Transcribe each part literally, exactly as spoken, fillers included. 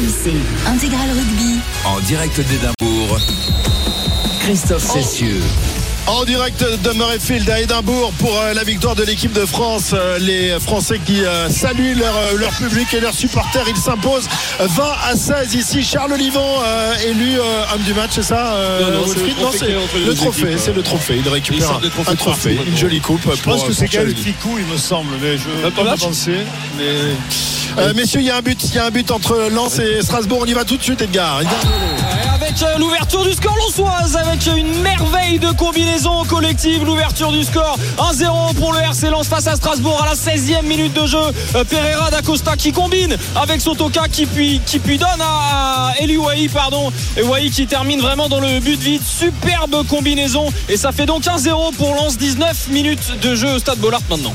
M C Intégral Rugby. En direct d'Édimbourg, Christophe Oh. Cessieux. En direct de Murrayfield à Édimbourg pour euh, la victoire de l'équipe de France. Euh, les Français qui euh, saluent leur, euh, leur public et leurs supporters. Ils s'imposent vingt à seize ici. Charles Olivon euh, élu euh, homme du match, c'est ça euh, Non, non, c'est Wilfried le trophée Non, qui est entre c'est les le deux trophée, équipes, c'est le trophée. Il récupère Ils sortent des un, trophées un trophée, partout, une jolie coupe. Je pense que c'est Gaël Ficou, il me semble, mais je Un ne peux pas match penser. Mais... Euh, messieurs, il y a un but, il y a un but entre Lens et Strasbourg. On y va tout de suite, Edgar. Edgar. Avec euh, l'ouverture du score lensoise, avec une merveille de combinaison collective, l'ouverture du score un zéro pour le R C Lens face à Strasbourg à la seizième minute de jeu. euh, Pereira d'Acosta qui combine avec Sotoka qui puis, qui puis donne à Eli Wahi, pardon, et Wahi qui termine vraiment dans le but vide. Superbe combinaison et ça fait donc un zéro pour Lens. Dix-neuf minutes de jeu au Stade Bollaert maintenant.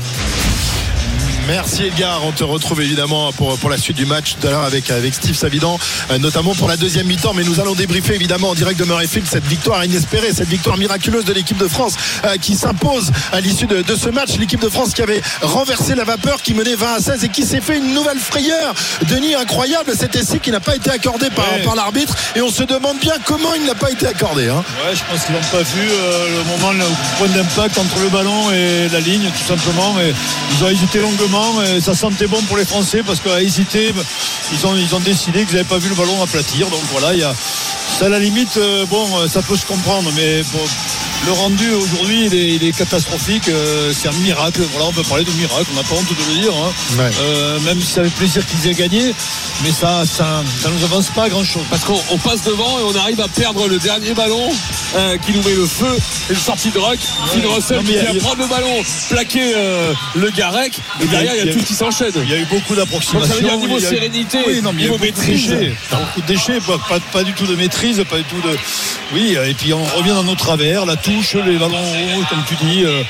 Merci Edgar, on te retrouve évidemment pour, pour la suite du match tout à l'heure avec, avec Steve Savidan, euh, notamment pour la deuxième mi-temps, mais nous allons débriefer évidemment en direct de Murrayfield cette victoire inespérée, cette victoire miraculeuse de l'équipe de France euh, qui s'impose à l'issue de, de ce match. L'équipe de France qui avait renversé la vapeur, qui menait vingt à seize et qui s'est fait une nouvelle frayeur. Denis, incroyable cet essai qui n'a pas été accordé par, Ouais. par l'arbitre, et on se demande bien comment il n'a pas été accordé hein. Ouais, je pense qu'ils n'ont pas vu euh, le moment, le point d'impact entre le ballon et la ligne, tout simplement. Mais ils ont hésité longuement. Et ça sentait bon pour les Français parce qu'à hésiter, ils ont, ils ont décidé qu'ils n'avaient pas vu le ballon aplatir. Donc voilà, il y a, ça à la limite, euh, bon, ça peut se comprendre, mais bon, le rendu aujourd'hui, il est, il est catastrophique. Euh, c'est un miracle. Voilà, on peut parler de miracle. On n'a pas honte de le dire. Hein. Ouais. Euh, même si ça fait plaisir qu'ils aient gagné, mais ça, ça, ça nous avance pas à grand chose. Parce qu'on on passe devant et on arrive à perdre le dernier ballon euh, qui nous met le feu. Une sortie de rock. Phil Russell Non, mais qui il y a- vient prendre le ballon, plaquer euh, le Garec. Et derrière, il y a tout qui s'enchaîne. Il y a eu beaucoup Donc d'approximations. ça veut dire niveau il y a eu- sérénité, oui, non, mais il y a niveau beaucoup de maîtrise. déchets. Beaucoup de déchets, pas, pas, pas du tout de maîtrise, pas du tout de. Oui, et puis on revient dans nos travers, la touche, les ballons hauts, comme tu dis. euh,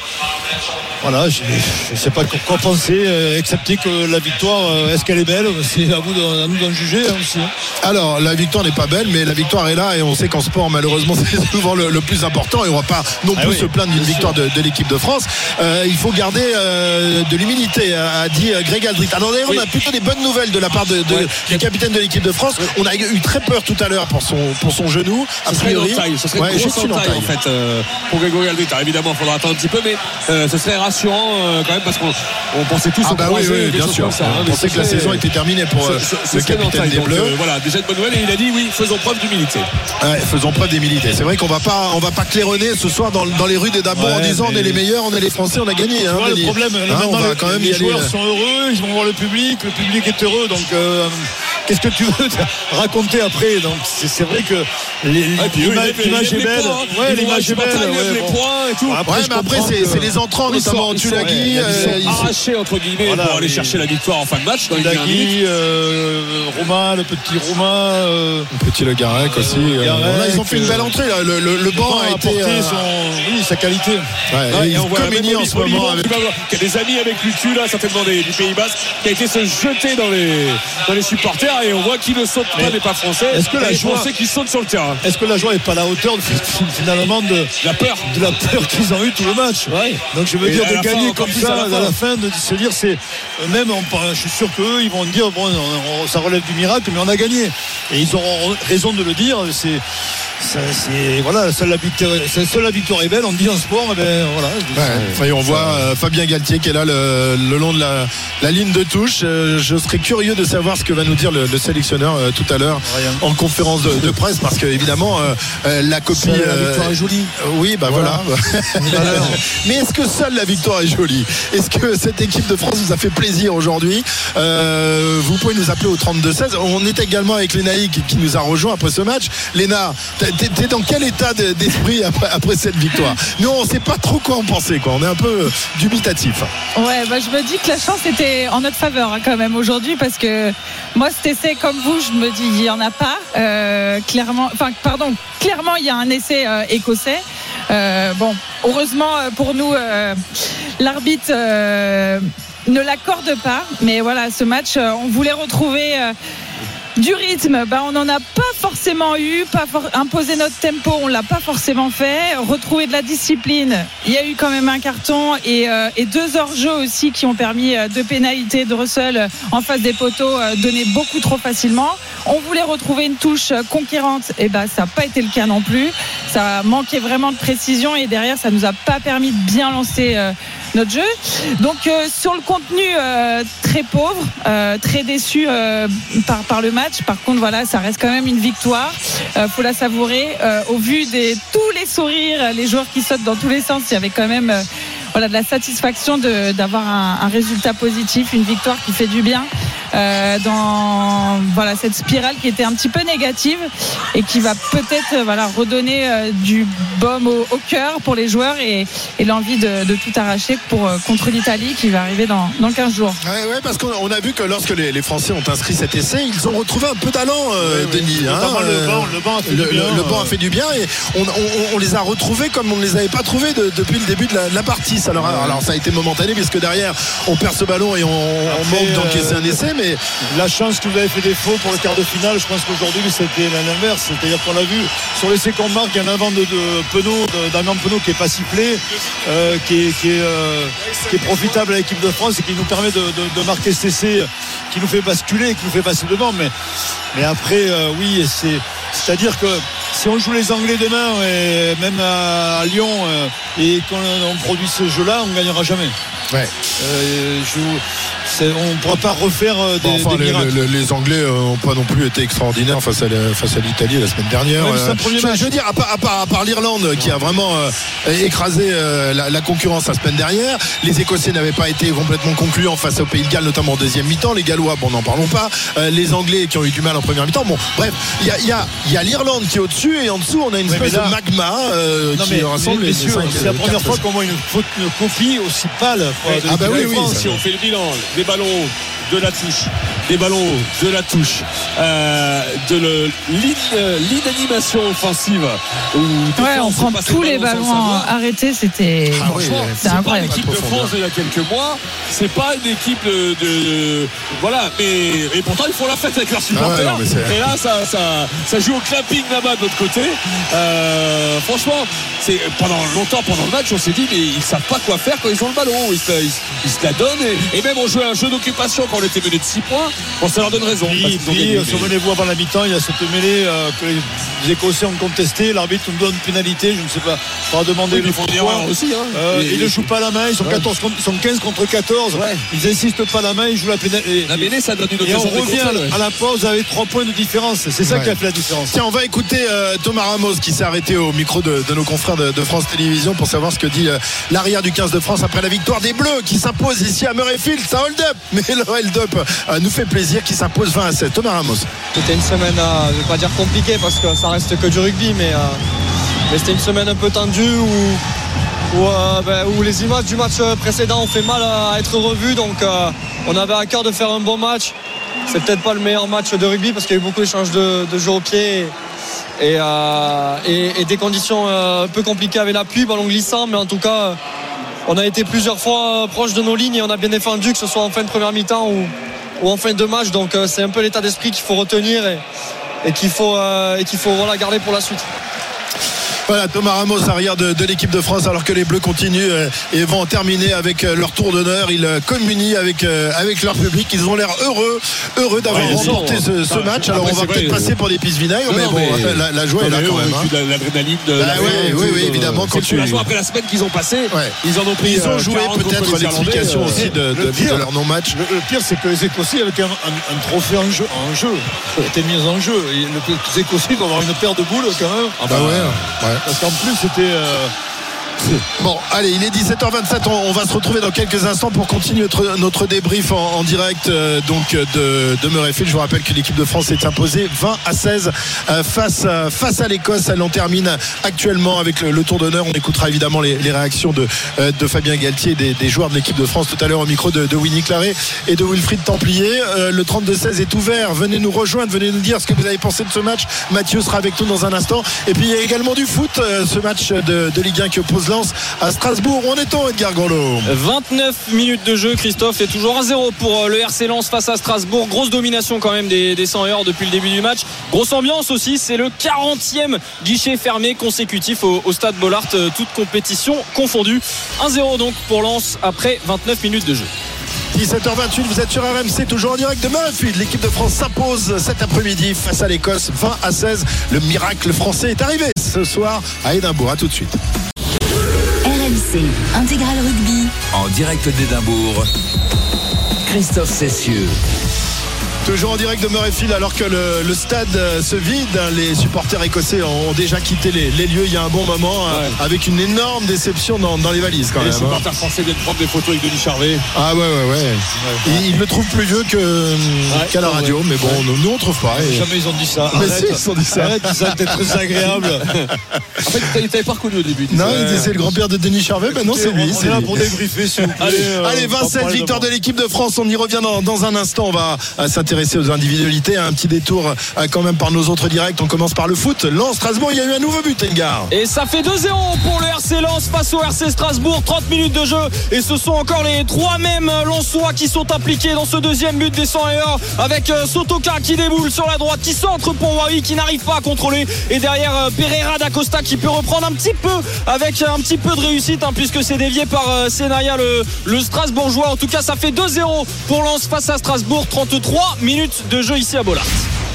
Voilà, je ne sais pas quoi penser, euh, excepté que la victoire, euh, est-ce qu'elle est belle? C'est à, vous de, à nous d'en juger hein, aussi. Alors la victoire n'est pas belle, mais la victoire est là, et on sait qu'en sport malheureusement c'est souvent le, le plus important, et on ne va pas non plus Ah oui, se plaindre d'une victoire de, de l'équipe de France. Euh, il faut garder euh, de l'humilité, a dit Greg Aldrit. Alors d'ailleurs, Oui. on a plutôt des bonnes nouvelles de la part de, de, Ouais. du capitaine de l'équipe de France. On a eu très peur tout à l'heure pour son, pour son genou, a Ce serait une priori. entaille, ce serait Ouais, une juste grosse une entaille entaille. en fait euh, pour Grégory Aldrit. Alors évidemment, il faudra attendre un petit peu, mais euh, ce serait rassurant euh, quand même parce qu'on on pensait tous Ah au bah oui, croisé, oui, des bien choses sûr. comme ça, hein, on mais pensait ce que la serait- saison était terminée pour euh, ce- ce le serait une capitaine entaille. des Donc, Bleus. euh, voilà, déjà une bonne nouvelle, et il a dit oui, faisons preuve d'humilité. Ouais, faisons preuve d'humilité. C'est vrai qu'on va pas, on va pas claironner ce soir dans, dans les rues d'Édimbourg en Ouais, disant mais- on est les meilleurs, on est les Français, on a gagné. Hein, Tu vois, le Denis. problème, là, Hein, on maintenant, va le- quand même y les aller. joueurs sont heureux, ils vont voir le public, le public est heureux, donc euh, qu'est-ce que tu veux raconter après? Donc c'est, c'est vrai que les- Ah, et puis eux, l'image, ils lèvent- l'image ils lèvent est les belle. points, hein. Ouais, Ils vont l'image est voir belle. les supporters, ils lèvent ouais, les bon. points et tout. Bon, après, Ouais, je mais après comprends c'est, que- c'est les entrants, Oui, ils notamment sont- ils sont- Tulagi. ouais, euh, ils ils sont sont- arrachés entre guillemets Voilà, pour aller mais- chercher la victoire en fin de match dans les dernières minutes. Tulagi, euh, Romain, le petit Romain. euh, Petit Le Garec aussi. euh, Garec, là, ils ont fait une belle entrée. Là. Le, le, le banc a été. apporté euh, son, oui, sa qualité. ouais, Ouais, il et on voit communie en ce moment Olivon avec. qui, va voir- qui a des amis avec Lucu là, certainement des, du Pays Basque, qui a été se jeter dans les, dans les supporters, et on voit qu'il ne saute pas, Mais n'est pas français. est-ce que la les joie- Français qui sautent sur le terrain? Est-ce que la joie n'est pas à la hauteur de, finalement de, La peur. de la peur qu'ils ont eu tout le match? Ouais. Donc je veux Et dire à de la fin, gagner encore comme plus ça à la à fin. la fin, de se dire c'est même on, je suis sûr qu'eux ils vont dire bon on- on- ça relève du miracle, mais on a gagné, et ils auront raison de le dire. C'est ça, c'est voilà, seule la victoire, seule la victoire est belle, on dit en sport. Et ben voilà. Ouais, enfin, et on voit euh, Fabien Galtier qui est là le, le long de la, la ligne de touche. Euh, je serais curieux de savoir ce que va nous dire le, le sélectionneur euh, tout à l'heure Rien. en conférence de, de presse, parce que évidemment euh, euh, la copie Seule la euh, victoire est jolie. euh, oui, bah voilà, Voilà. mais est-ce que seule la victoire est jolie? Est-ce que cette équipe de France vous a fait plaisir aujourd'hui? euh, Vous pouvez nous appeler au trente-deux seize. On est également avec Léna qui, qui nous a rejoint après ce match. Léna, t'es, t'es dans quel état de- d'esprit après, après cette victoire? Nous, on sait pas trop quoi en penser, quoi. On est un peu dubitatif. Ouais, bah, je me dis que la chance était en notre faveur hein, quand même aujourd'hui, parce que moi cet essai comme vous, je me dis il y en a pas. Euh, clairement, enfin pardon, clairement il y a un essai euh, écossais. Euh, bon, heureusement euh, pour nous, euh, l'arbitre euh, ne l'accorde pas. Mais voilà, ce match, euh, on voulait retrouver. Euh, Du rythme, bah on n'en a pas forcément eu, pas for- imposer notre tempo, on l'a pas forcément fait. Retrouver de la discipline, il y a eu quand même un carton et, euh, et deux hors-jeux aussi qui ont permis euh, deux pénalités de Russell en face des poteaux euh, données beaucoup trop facilement. On voulait retrouver une touche conquérante, et bah ça n'a pas été le cas non plus. Ça manquait vraiment de précision et derrière ça nous a pas permis de bien lancer euh, notre jeu. Donc euh, sur le contenu euh, très pauvre, euh, très déçu euh, par, par le match. Par contre voilà, ça reste quand même une victoire. Euh, faut la savourer. Euh, au vu de tous les sourires, les joueurs qui sautent dans tous les sens, il y avait quand même euh, voilà, de la satisfaction de, d'avoir un, un résultat positif, une victoire qui fait du bien. Euh, dans voilà, cette spirale qui était un petit peu négative et qui va peut-être euh, voilà, redonner euh, du baume au, au cœur pour les joueurs et, et l'envie de, de tout arracher pour, euh, contre l'Italie qui va arriver dans, dans quinze jours. Ouais, ouais, parce qu'on a vu que lorsque les, les Français ont inscrit cet essai, ils ont retrouvé un peu d'allant, euh, oui, Denis. oui. Hein, le banc, le banc a fait le, du bien. Le, le banc a fait du bien et on, on, on les a retrouvés comme on ne les avait pas trouvés de, depuis le début de la, de la partie. Ça leur a, alors ça a été momentané puisque derrière on perd ce ballon et on, on manque euh, d'encaisser un essai, mais la chance que vous avez fait défaut pour le quart de finale, je pense qu'aujourd'hui c'était l'inverse, c'est-à-dire qu'on l'a vu sur l'essai qu'on marque, il y a un avant de, de Penaud, d'Armand Penaud qui est pas sifflé, euh, qui, est, qui, est, euh, qui est profitable à l'équipe de France et qui nous permet de, de, de marquer cet essai qui nous fait basculer, qui nous fait passer devant. Mais, mais après, euh, oui, c'est, c'est-à-dire que si on joue les Anglais demain, et même à, à Lyon, euh, et qu'on on produit ce jeu-là, on ne gagnera jamais. ouais. Euh, je, c'est, on ne pourra pas refaire euh, des, Bon, enfin, des les, miracles. les, les Anglais n'ont pas non plus été extraordinaires face à, la, face à l'Italie la semaine dernière. Ouais, mais c'est un Euh, premier je, match. je veux dire, à part, à part, à part l'Irlande qui a vraiment euh, écrasé euh, la, la concurrence la semaine dernière, les Écossais n'avaient pas été complètement concluants face au Pays de Galles, notamment en deuxième mi-temps. Les Gallois, bon, n'en parlons pas. Euh, les Anglais qui ont eu du mal en première mi-temps. Bon, bref, il y a, y, a, y a l'Irlande qui est au-dessus et en dessous, on a une Oui, espèce mais là- de magma euh, Non qui mais rassemble les messieurs, cinq, c'est la euh, première quatre- fois qu'on voit une, faute, une copie aussi pâle. quoi, de Ah bah l'équipe oui, de oui, France. ça- Si on fait le bilan des ballons de la touche, des ballons de la touche, euh, de le, l'in- l'inanimation offensive. Où Ouais, on prend tous les ballons arrêtés, c'était Ah oui, Franchement, ouais. c'est c'est pas incroyable. l'équipe de France d'il y a quelques mois, c'est pas une équipe de, de- voilà, mais et pourtant ils font la fête avec leurs supporters. Ah ouais, non, mais c'est- et là, ça, ça, ça joue au clapping là-bas de l'autre côté. Euh, franchement, c'est pendant longtemps pendant le match, on s'est dit mais ils savent pas quoi faire quand ils ont le ballon. Ils se, ils, ils se la donnent et, et même on jouait un jeu d'occupation quand on était mené de six points. Bon, ça leur donne raison. parce Puis, qu'ils ont puis, gagné, mais- souvenez-vous, avant la mi-temps, il y a cette mêlée euh, que les, les Écossais ont contesté. L'arbitre nous donne une pénalité, je ne sais pas. On va demander Oui, le ils font des pourquoi. erreurs aussi. Hein. Euh, Et- ils ne jouent pas la main, ils sont, quatorze contre- ils sont quinze contre quatorze. Ouais. Ils n'insistent pas la main, ils jouent la pénalité. La mêlée, ça donne une Et on occasion de revient contrôle, ouais. à la pause avec trois points de différence. C'est ça Ouais. qui a fait la différence. Tiens, on va écouter euh, Thomas Ramos qui s'est arrêté au micro de, de nos confrères de, de France Télévisions pour savoir ce que dit euh, l'arrière du quinze de France après la victoire des Bleus qui s'impose ici à Murrayfield. Ça hold up, mais le hold up euh, nous fait plaisir, qui s'impose vingt à sept. Thomas Ramos. C'était une semaine, euh, je ne vais pas dire compliquée parce que ça reste que du rugby, mais, euh, mais c'était une semaine un peu tendue où, où, euh, ben, où les images du match précédent ont fait mal à être revues. Donc euh, on avait à cœur de faire un bon match. C'est peut-être pas le meilleur match de rugby parce qu'il y a eu beaucoup d'échanges de, de jeux au pied et, et, euh, et, et des conditions euh, un peu compliquées avec la pluie, ballon glissant, mais en tout cas euh, on a été plusieurs fois proche de nos lignes et on a bien défendu, que ce soit en fin de première mi-temps ou, ou en fin de match. Donc euh, c'est un peu l'état d'esprit qu'il faut retenir et, et qu'il faut, euh, et qu'il faut voilà, garder pour la suite. Voilà, Thomas Ramos, arrière de, de l'équipe de France, alors que les Bleus continuent euh, et vont terminer avec euh, leur tour d'honneur. Ils euh, communient avec, euh, avec leur public. Ils ont l'air heureux, heureux d'avoir Ouais, remporté bon, ce, ce enfin, match. Alors après, on va c'est peut-être vrai, passer pour des pistes vinaigres, Non, mais non, bon, mais- la, la joie est là quand même. hein. La- L'adrénaline de Bah la oui, fin, oui, tout, oui, euh, évidemment, quand c'est tu- une façon, après la semaine qu'ils ont passée, Ouais. ils en ont pris. Ils ont euh, joué quarante contre peut-être les Irlandais, l'explication euh, aussi de, de, le pire. de leur non-match. Le, le pire, c'est que les Écossais, avec un, un- un trophée en jeu, en jeu, étaient mis en jeu. Et le- les Écossais doivent avoir une paire de boules quand même. Ah bah ouais, ouais. Parce qu'en plus, c'était. euh, Bon, allez, il est dix-sept heures vingt-sept. On, on va se retrouver dans quelques instants pour continuer notre, notre débrief en, en direct euh, donc de, de Murrayfield. Je vous rappelle que l'équipe de France est imposée vingt à seize euh, face, euh, face à l'Écosse. Elle en termine actuellement avec le, le tour d'honneur. On écoutera évidemment les, les réactions de, euh, de Fabien Galtier et des, des joueurs de l'équipe de France tout à l'heure au micro de, de Winnie Claret et de Wilfried Templier. Euh, le trente-deux seize est ouvert. Venez nous rejoindre, venez nous dire ce que vous avez pensé de ce match. Mathieu sera avec nous dans un instant. Et puis il y a également du foot, euh, ce match de, de Ligue un qui oppose Lens à Strasbourg. On est en Edgar Grolot. vingt-neuf minutes de jeu, Christophe, et toujours un zéro pour le R C Lens face à Strasbourg. Grosse domination quand même des, des cent heures depuis le début du match. Grosse ambiance aussi, c'est le quarantième guichet fermé consécutif au, au Stade Bollaert, toute compétition confondue. un zéro donc pour Lens après vingt-neuf minutes de jeu. dix-sept heures vingt-huit, vous êtes sur R M C, toujours en direct de Murrayfield. L'équipe de France s'impose cet après-midi face à l'Écosse, vingt à seize. Le miracle français est arrivé ce soir à Édimbourg. À tout de suite. R M C Intégral Rugby. En direct d'Édimbourg, Christophe Cessieux. Toujours en direct de Murrayfield alors que le, le stade se vide. Les supporters écossais ont déjà quitté les, les lieux il y a un bon moment, ouais. Avec une énorme déception dans, dans les valises quand et même. Les supporters hein. français viennent prendre des photos avec Denis Charvet. Ah ouais ouais ouais, ouais. Ils, ils le trouvent plus vieux que, ouais, qu'à la radio, ouais. Mais bon, ouais. nous, nous on trouve pas. Et... Jamais ils ont dit ça. Mais Arrête. si, ils ont dit ça. Arrête, ça c'était très agréable. En fait, il t'avait pas reconnu au début. Non, ouais. il c'est le grand-père de Denis Charvet. Ben non, c'est lui. On c'est est là lui. pour débriefer, s'il vous plaît. Allez, euh, allez vingt-sept victoire de l'équipe de France. On y revient dans, dans un instant. On va euh, s'intéresser aux individualités. Un petit détour euh, quand même par nos autres directs. On commence par le foot. Lens Strasbourg, il y a eu un nouveau but, Edgar. Et ça fait deux zéro pour le R C Lens face au R C Strasbourg. trente minutes de jeu. Et ce sont encore les trois mêmes Lensois qui sont impliqués dans ce deuxième but des cent heures. Avec euh, Sotoka qui déboule sur la droite, qui centre pour Wai, qui n'arrive pas à contrôler. Et derrière euh, Pereira d'Acosta qui peut reprendre un petit peu avec un petit peu de réussite, hein, puisque c'est dévié par euh, Senaya, le, le Strasbourgeois. En tout cas, ça fait deux zéro pour Lens face à Strasbourg. trente-trois minutes de jeu ici à Bollaert.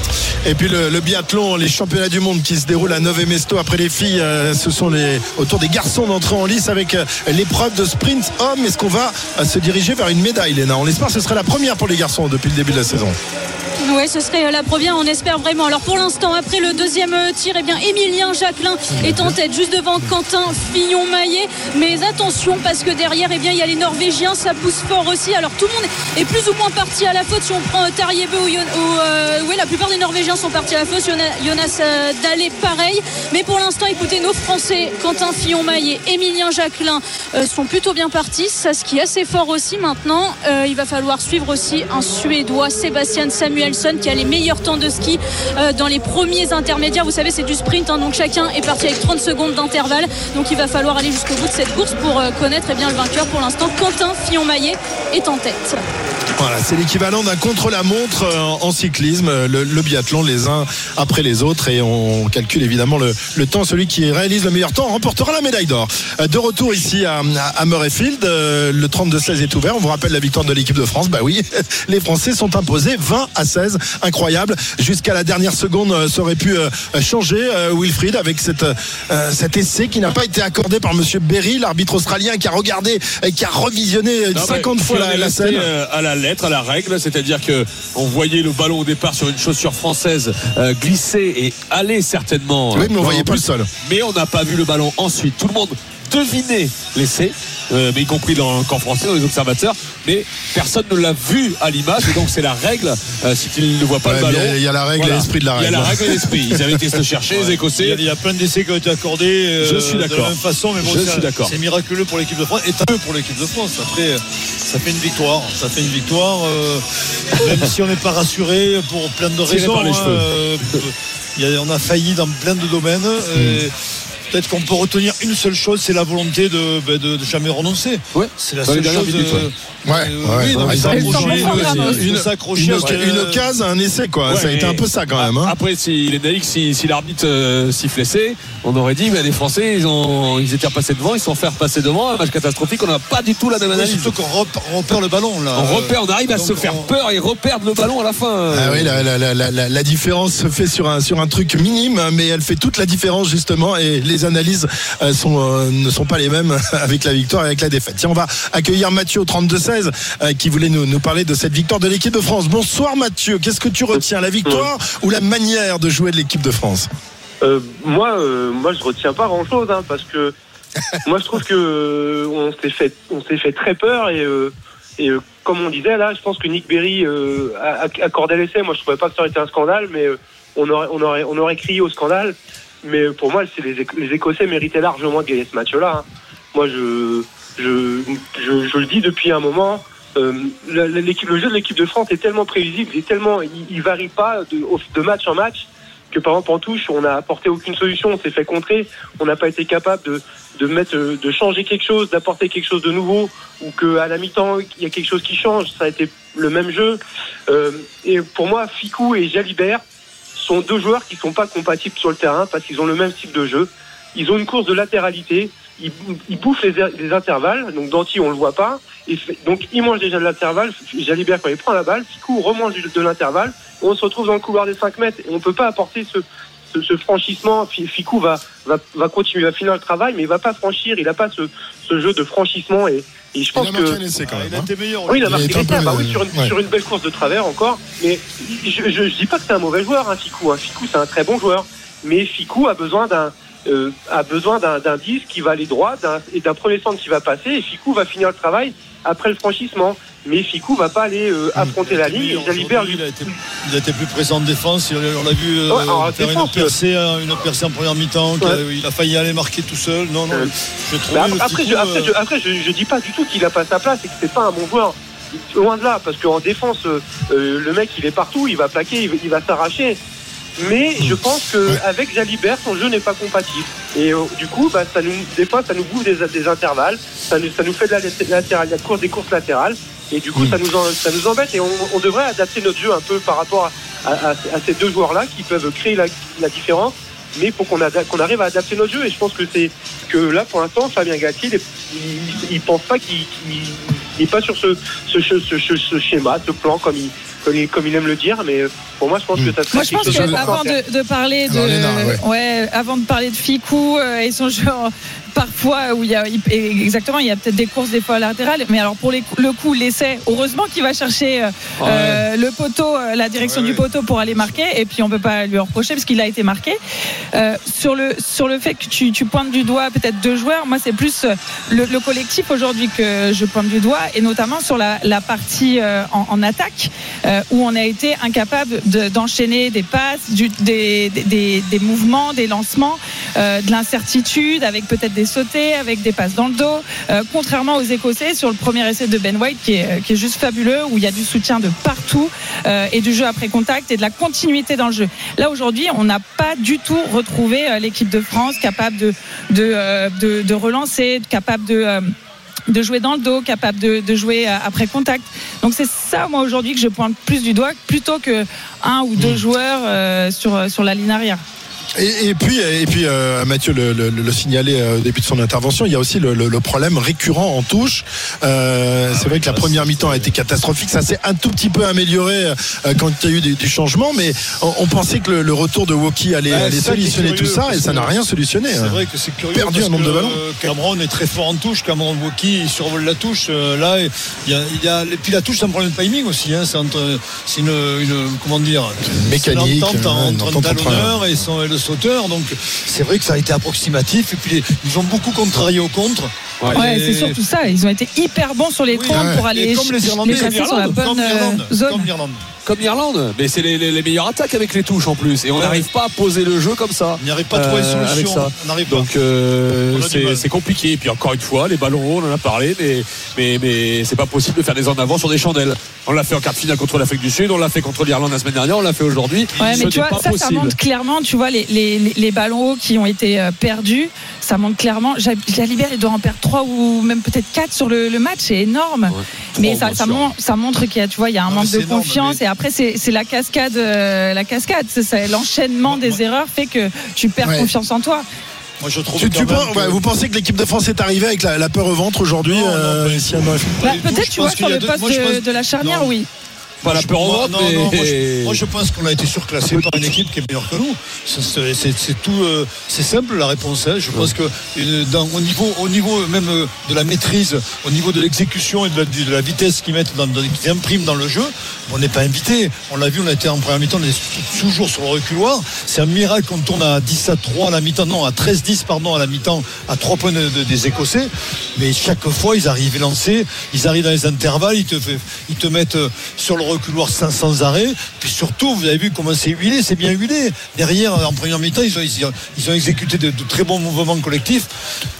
Et puis le, le biathlon, les championnats du monde qui se déroulent à Nové-Mesto. Après les filles, euh, ce sont les autour des garçons d'entrer en lice avec euh, l'épreuve de sprint homme. Est-ce qu'on va euh, se diriger vers une médaille, Léna? On l'espère, ce serait la première pour les garçons depuis le début de la saison. Oui, ce serait la première, on espère vraiment. Alors pour l'instant, après le deuxième tir, eh bien Émilien Jacquelin est en tête, juste devant Quentin Fillon-Maillet. Mais attention, parce que derrière, eh bien, il y a les Norvégiens, ça pousse fort aussi. Alors tout le monde est plus ou moins parti à la faute. Si on prend euh, Tarjebe ou, Yon, ou euh, oui, la plupart des Norvégiens sont partis à la faute. Jonas euh, Dahlé, pareil. Mais pour l'instant, écoutez, nos Français, Quentin Fillon-Maillet, Émilien Jacquelin, euh, sont plutôt bien partis. Ça, ce qui est assez fort aussi maintenant. Euh, il va falloir suivre aussi un Suédois, Sébastien Samuel, qui a les meilleurs temps de ski euh, dans les premiers intermédiaires. Vous savez, c'est du sprint, hein, donc chacun est parti avec trente secondes d'intervalle. Donc il va falloir aller jusqu'au bout de cette course pour euh, connaître eh bien, le vainqueur. Pour l'instant, Quentin Fillon-Maillet est en tête. Voilà, c'est l'équivalent d'un contre-la-montre en cyclisme, le, le biathlon, les uns après les autres, et on calcule évidemment le, le temps. Celui qui réalise le meilleur temps remportera la médaille d'or. De retour ici à, à Murrayfield, le trente-deux seize est ouvert. On vous rappelle la victoire de l'équipe de France. Bah oui, les Français sont imposés vingt à seize, incroyable. Jusqu'à la dernière seconde, ça aurait pu changer, Wilfried, avec cette, cet essai qui n'a pas été accordé par monsieur Berry, l'arbitre australien, qui a regardé et qui a revisionné non, cinquante fois la, la scène. À la lettre, à la règle, c'est-à-dire que on voyait le ballon au départ sur une chaussure française euh, glisser et aller certainement. Oui, mais on voyait pas le sol. Mais on n'a pas vu le ballon ensuite. Tout le monde devinait l'essai. Euh, mais y compris dans le camp français, dans les observateurs, mais personne ne l'a vu à l'image, et donc c'est la règle. Euh, si tu ne vois pas ouais, le ballon, il y a la règle voilà. et l'esprit de la règle. Il y a la règle et l'esprit. Ils avaient été se chercher, ouais. les Écossais. Il y, a, il y a plein d'essais qui ont été accordés euh, Je suis d'accord. de la même façon, mais bon, Je c'est, suis d'accord. c'est miraculeux pour l'équipe de France et tant mieux pour l'équipe de France. Après, ça fait une victoire. Ça fait une victoire, euh, même si on n'est pas rassuré pour plein de raisons. Par les hein, cheveux. Euh, il y a, on a failli dans plein de domaines. Mmh. Et, peut-être qu'on peut retenir une seule chose, c'est la volonté de de, de, de jamais renoncer. Ouais. C'est la seule chose. Minutes, ouais. Ouais, euh, ouais, oui, non, ouais, mais s'accrocher, une, s'accrocher, une, une, une occasion, un essai, quoi. Ouais, ça a été un peu ça quand même. Hein. Après, si les Naïcs, si, si l'arbitre euh, sifflait, on aurait dit, mais les Français, ils ont, ils étaient repassés devant, ils sont fait repasser devant. Un match catastrophique. On n'a pas du tout la même analyse. Surtout qu'on repère le ballon là. On repère, on arrive à se faire peur et reperdre le ballon à la fin. Ah oui, la, la, la, la, la différence se fait sur un sur un truc minime, mais elle fait toute la différence justement. Et les analyses sont, euh, ne sont pas les mêmes avec la victoire et avec la défaite. Tiens, on va accueillir Mathieu au trente-deux seize euh, qui voulait nous, nous parler de cette victoire de l'équipe de France. Bonsoir Mathieu, qu'est-ce que tu retiens, la victoire ou la manière de jouer de l'équipe de France? euh, Moi, euh, moi je retiens pas grand-chose, hein, parce que moi je trouve que euh, on s'est fait, on s'est fait très peur et, euh, et euh, comme on disait là, je pense que Nick Berry euh, a, a accordé l'essai. Moi je trouvais pas que ça aurait été un scandale, mais euh, on aurait, on aurait, on aurait crié au scandale. Mais pour moi, c'est les, les Écossais méritaient largement de gagner ce match-là. Hein. Moi, je, je, je, je le dis depuis un moment. Euh, l'équipe, le jeu de l'équipe de France est tellement prévisible, il est tellement, il, il varie pas de, de match en match. Que par exemple en touche, on n'a apporté aucune solution, on s'est fait contrer, on n'a pas été capable de, de mettre, de changer quelque chose, d'apporter quelque chose de nouveau, ou qu'à la mi-temps il y a quelque chose qui change. Ça a été le même jeu. Euh, et pour moi, Fickou et Jalibert sont deux joueurs qui sont pas compatibles sur le terrain parce qu'ils ont le même type de jeu. Ils ont une course de latéralité. Ils, ils bouffent les, les intervalles. Donc Danty, on le voit pas. Et fait, donc il mange déjà de l'intervalle. Jalibert, quand il prend la balle, Fickou remange de l'intervalle. On se retrouve dans le couloir des cinq mètres et on peut pas apporter ce Ce, ce franchissement. Fickou va, va, va continuer à finir le travail, mais il va pas franchir. Il a pas ce, ce jeu de franchissement et, et je pense il a que un essai quand même, il a été meilleur. Oui, il a marqué il l'essai, bah oui, sur une, ouais. sur une belle course de travers encore. Mais je, je, je dis pas que c'est un mauvais joueur, hein, Fickou. Hein. Fickou, c'est un très bon joueur, mais Fickou a besoin d'un euh, a besoin d'un, d'un dix qui va aller droit d'un, et d'un premier centre qui va passer. Et Fickou va finir le travail après le franchissement. Mais Fickou va pas aller euh, affronter la ligne. Et Jalibert, lui, il a, été, il a été plus présent en défense. On l'a vu euh, ouais, faire défense, une, percée, une percée en première mi-temps. Ouais. A, il a failli aller marquer tout seul. Non, non. Euh, je bah après, après, Fickou, je, après, euh... je, après je, je dis pas du tout qu'il a pas sa place et que c'est pas un bon joueur. Loin de là, parce qu'en défense, euh, le mec, il est partout. Il va plaquer, il, il va s'arracher. Mais je pense qu'avec Jalibert, son jeu n'est pas compatible. Et euh, du coup, bah, ça nous, des fois, ça nous bouffe des, des intervalles. Ça nous, ça nous fait de la latérale, la course, des courses latérales. Et du coup, mmh. ça, nous en, ça nous embête. Et on, on devrait adapter notre jeu un peu par rapport à, à, à ces deux joueurs-là qui peuvent créer la, la différence. Mais il faut qu'on, ada- qu'on arrive à adapter notre jeu. Et je pense que c'est que là, pour l'instant, Fabien Galtier, il ne pense pas qu'il n'est pas sur ce, ce, ce, ce, ce schéma, ce plan, comme il, comme il, comme il aime le dire. Mais pour moi, je pense mmh. que ça serait moi, je pense que avant de, de parler de, Alors, ouais. Ouais, avant de parler de Fickou euh, et son jeu. Parfois où il y a exactement il y a peut-être des courses des fois latérales, mais alors pour les, le coup l'essai, heureusement qu'il va chercher euh, ouais. euh, le poteau, la direction ouais, du poteau pour aller marquer, et puis on peut pas lui en reprocher parce qu'il a été marqué. Euh, sur le sur le fait que tu, tu pointes du doigt peut-être deux joueurs, moi c'est plus le, le collectif aujourd'hui que je pointe du doigt, et notamment sur la, la partie euh, en, en attaque euh, où on a été incapable de, d'enchaîner des passes, du, des, des, des mouvements, des lancements, euh, de l'incertitude avec peut-être des sauter avec des passes dans le dos, euh, contrairement aux Écossais sur le premier essai de Ben White qui est, qui est juste fabuleux, où il y a du soutien de partout euh, et du jeu après contact et de la continuité dans le jeu. Là aujourd'hui on n'a pas du tout retrouvé euh, l'équipe de France capable de, de, euh, de, de relancer, capable de euh, de jouer dans le dos, capable de, de jouer après contact. Donc c'est ça moi aujourd'hui que je pointe plus du doigt plutôt que un ou deux mmh. joueurs euh, sur, sur la ligne arrière. Et, et puis, et puis euh, Mathieu le, le, le signalait au début de son intervention, il y a aussi le, le, le problème récurrent en touche. Euh, c'est vrai que la première mi-temps a été catastrophique. Ça s'est un tout petit peu amélioré euh, quand il y a eu des, des changements, mais on, on pensait que le, le retour de Woki allait, ouais, allait solutionner tout ça, et ça n'a rien solutionné. C'est vrai que c'est curieux. Perdu un nombre de ballons. Cameron est très fort en touche. Cameron Woki, il survole la touche. Euh, là, il y a, il y a, et puis la touche, c'est un problème de timing aussi. Hein. C'est, entre, c'est une, une, comment dire, mécanique, c'est l'entente entre un talonneur et, son, et le sauteur. Donc c'est vrai que ça a été approximatif, et puis ils ont beaucoup contrarié au contre. Ouais, ouais, c'est surtout ça. Ils ont été hyper bons sur les oui, contre ouais. pour aller comme les Irlandais, les passer sur la bonne comme l'Irlande, zone. Comme l'Irlande. Comme l'Irlande, mais c'est les, les, les meilleures attaques avec les touches en plus, et on n'arrive ouais. pas à poser le jeu comme ça. On n'arrive pas à trouver euh, une solution. Ça. On arrive Donc euh, c'est, c'est compliqué. Et puis encore une fois, les ballons hauts, on en a parlé, mais mais mais c'est pas possible de faire des en avant sur des chandelles. On l'a fait en quart de finale contre l'Afrique du Sud, on l'a fait contre l'Irlande la semaine dernière, on l'a fait aujourd'hui. Ouais, Ce mais tu vois, ça, possible. ça montre clairement, tu vois, les les, les ballons hauts qui ont été euh, perdus. Ça montre clairement. Jalibert, il doit en perdre trois ou même peut-être quatre sur le, le match, c'est énorme. Ouais. Mais ça, ça, mon, ça montre qu'il y a, tu vois, il y a un non, manque de énorme, confiance. Mais... Et après, c'est, c'est la cascade, euh, la cascade. C'est ça, l'enchaînement ouais, des ouais. erreurs fait que tu perds ouais. confiance en toi. Moi, je trouve tu, tu penses, que... ouais, vous pensez que l'équipe de France est arrivée avec la, la peur au ventre aujourd'hui non, euh, non, si bah, peut-être, tu vois, sur le poste de, pense... de la charnière, non. oui. Pas la peur au ventre, non, mais... non, moi, je, moi je pense qu'on a été surclassé par une équipe qui est meilleure que nous. C'est, c'est, c'est, c'est tout, euh, c'est simple la réponse. Hein. Je pense que euh, dans, au niveau, au niveau même euh, de la maîtrise, au niveau de l'exécution et de la, de la vitesse qu'ils mettent, dans, dans, qu'ils impriment dans le jeu, on n'est pas invité. On l'a vu, on a été en première mi-temps, on est toujours sur le reculoir. C'est un miracle qu'on tourne à dix à trois à la mi-temps, non, à treize dix pardon à la mi-temps, à trois points de, de, des Écossais. Mais chaque fois, ils arrivent élancés, ils arrivent dans les intervalles, ils te, ils te mettent sur le reculoir sans, sans arrêt. Puis surtout, vous avez vu comment c'est huilé, c'est bien huilé. Derrière, en première mi-temps, ils ont, ils ont exécuté de, de très bons mouvements collectifs.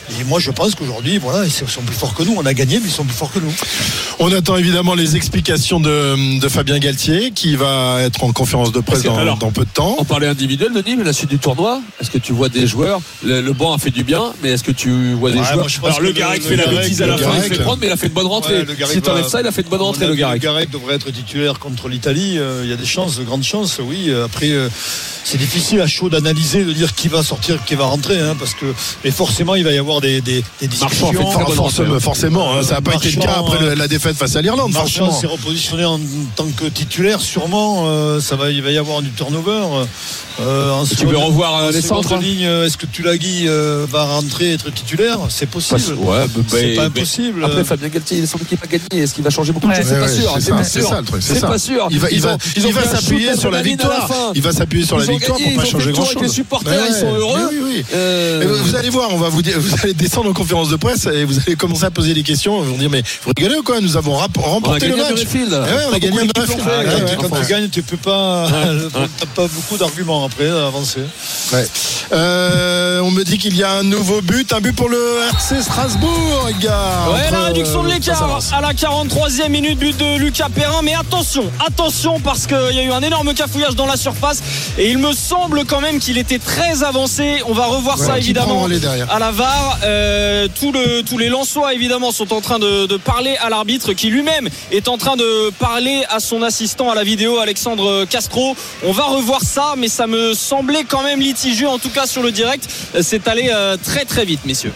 Et moi, je pense qu'aujourd'hui, voilà, ils sont plus forts que nous. On a gagné, mais ils sont plus forts que nous. On attend évidemment les explications de, de Fabien Galtier, qui va être en conférence de presse dans, alors, dans peu de temps. On parlait individuel, Denis, mais la suite du tournoi, est-ce que tu vois des joueurs, le, le banc a fait du bien, mais est-ce que tu vois des ouais, joueurs moi, je pense Alors le que Garec le- fait le la Garec, bêtise à le la fin, il Garec, fait prendre, mais il a fait une bonne rentrée. Ouais, le Garec si t'enlèves va- ça, il a fait une bonne rentrée, le Garec. Le Garec devrait être titulaire contre l'Italie. Euh, Il y a des chances, de grandes chances, oui. Après, euh, c'est difficile à chaud d'analyser, de dire qui va sortir, qui va rentrer, hein, parce que, mais forcément, il va y avoir des, des, des Marchand discussions. fait très bonne Forcément, rentrée. forcément hein, ça n'a pas été le cas Marchand, après le- la défaite face à l'Irlande. Marchand Forcément. s'est repositionné en tant que titulaire, sûrement. Euh, ça va, il va y avoir du turnover. Euh, en Tu seconde- veux revoir euh, en les seconde centres hein ligne, euh, est-ce que Tulagi euh, va rentrer, être titulaire? C'est possible. Ouais, bah, c'est bah, pas bah, impossible. Après, Fabien Galtier, son équipe a gagné. Est-ce qu'il va changer beaucoup de Ouais. choses? C'est Ouais, pas ouais, sûr. c'est C'est ça, pas c'est sûr. ça, le truc, c'est C'est ça. pas sûr. Il va, il Ils va, ont- ils ont il va fait un s'appuyer shoot sur la d'adrénaline à victoire. fin. Il va s'appuyer sur la Ils ont victoire gagné, pour pas ils ont changer fait le tour grand avec chose. les supporters, ils sont heureux. Oui, oui, oui. Euh, Et vous allez voir, on va vous dire, vous allez descendre en conférence de presse et vous allez commencer à poser des questions. Ils vont dire mais vous rigolez ou quoi? Nous avons rap- On a remporté gagné le à match. Murrayfield. Eh ouais, on a Pas gagné à beaucoup d'équipes Murrayfield. l'ont fait. Ouais, Ouais, ouais, Quand enfin, tu gagnes, tu peux pas, t'as pas beaucoup d'arguments après à avancer. Ouais. Euh, on me dit qu'il y a un nouveau but, un but pour le R C Strasbourg, gars. Ouais, Entre, la réduction de euh, l'écart face à Lens. à la quarante-troisième minute, but de Lucas Perrin. Mais attention, attention, parce qu'il y a eu un énorme cafouillage dans la surface. Et il me semble quand même qu'il était très avancé. On va revoir Ouais, ça qui évidemment prend le relais derrière. à la V A R. Euh, tout le, tous les Lensois évidemment sont en train de, de parler à l'arbitre, qui lui-même est en train de parler à son assistant à la vidéo, Alexandre Castro. On va revoir ça, mais ça me semblait quand même litigieux, en tout cas sur le direct. C'est allé euh, très très vite, messieurs.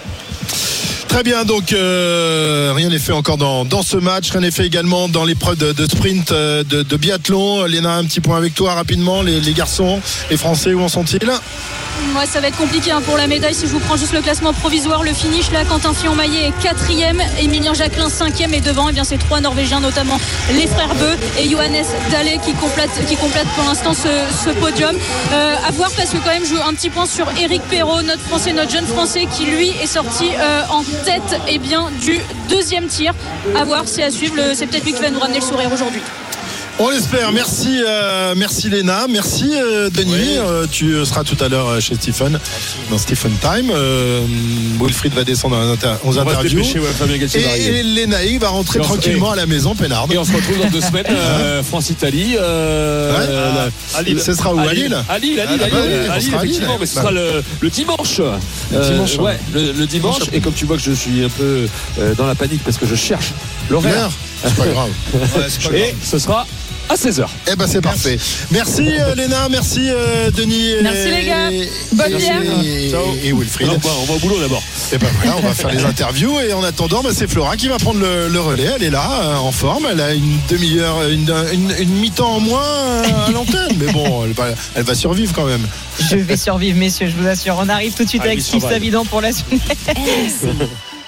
Très bien, donc euh, rien n'est fait encore dans, dans ce match, rien n'est fait également dans l'épreuve de, de sprint euh, de, de biathlon. Léna, un petit point avec toi rapidement, les, les garçons, les Français, où en sont-ils? Moi, ça va être compliqué hein, pour la médaille. Si je vous prends juste le classement provisoire, le finish, là, Quentin Fillon-Maillet est quatrième, Emilien Jacquelin cinquième, et devant, eh bien, c'est trois Norvégiens, notamment les frères Beu et Johannes Dalle qui complètent, qui complètent pour l'instant ce, ce podium. Euh, à voir, parce que quand même, je veux un petit point sur Éric Perrault, notre Français, notre jeune Français, qui lui est sorti euh, en tête eh bien, du deuxième tir. À voir, c'est à suivre. Le, c'est peut-être lui qui va nous ramener le sourire aujourd'hui. On l'espère. Merci, euh, merci Léna, merci euh, Denis. Oui. Euh, tu seras tout à l'heure chez Stephen dans Stephen Time. Euh, Wilfried va descendre dans inter- aux On va se interviews. dépêcher, ouais, Fabien Galtier va Et, arriver. et Léna il va rentrer Et on se- tranquillement à la maison, Pénard. Et on se retrouve dans deux semaines, euh, France-Italie. Euh, Ouais. euh, À Lille. Ce sera où? À Lille. À Lille, à Lille, Ah, à bah Lille, oui, à on Lille, sera à Lille. effectivement, mais ce Bah. sera le, le dimanche. Le Euh, dimanche, ouais, le, le dimanche. Et comme tu vois que je suis un peu euh, dans la panique parce que je cherche l'horaire, L'heure, c'est pas grave. Ouais, c'est pas grave. et ce sera à seize heures. Eh ben c'est parfait. Merci euh, Léna, merci euh, Denis. et- Merci, les gars. Bonne et- bière. et- Ciao. Et Wilfried. On va, on va au boulot d'abord. Et ben voilà, on va faire les interviews et en attendant, bah, c'est Flora qui va prendre le, le relais. Elle est là, euh, en forme. Elle a une demi-heure, une, une, une mi-temps en moins euh, à l'antenne, mais bon, elle va, elle va survivre quand même. Je vais survivre, messieurs, je vous assure. On arrive tout de suite Ah, avec il Steve survive. Savidan pour la suite. R M C.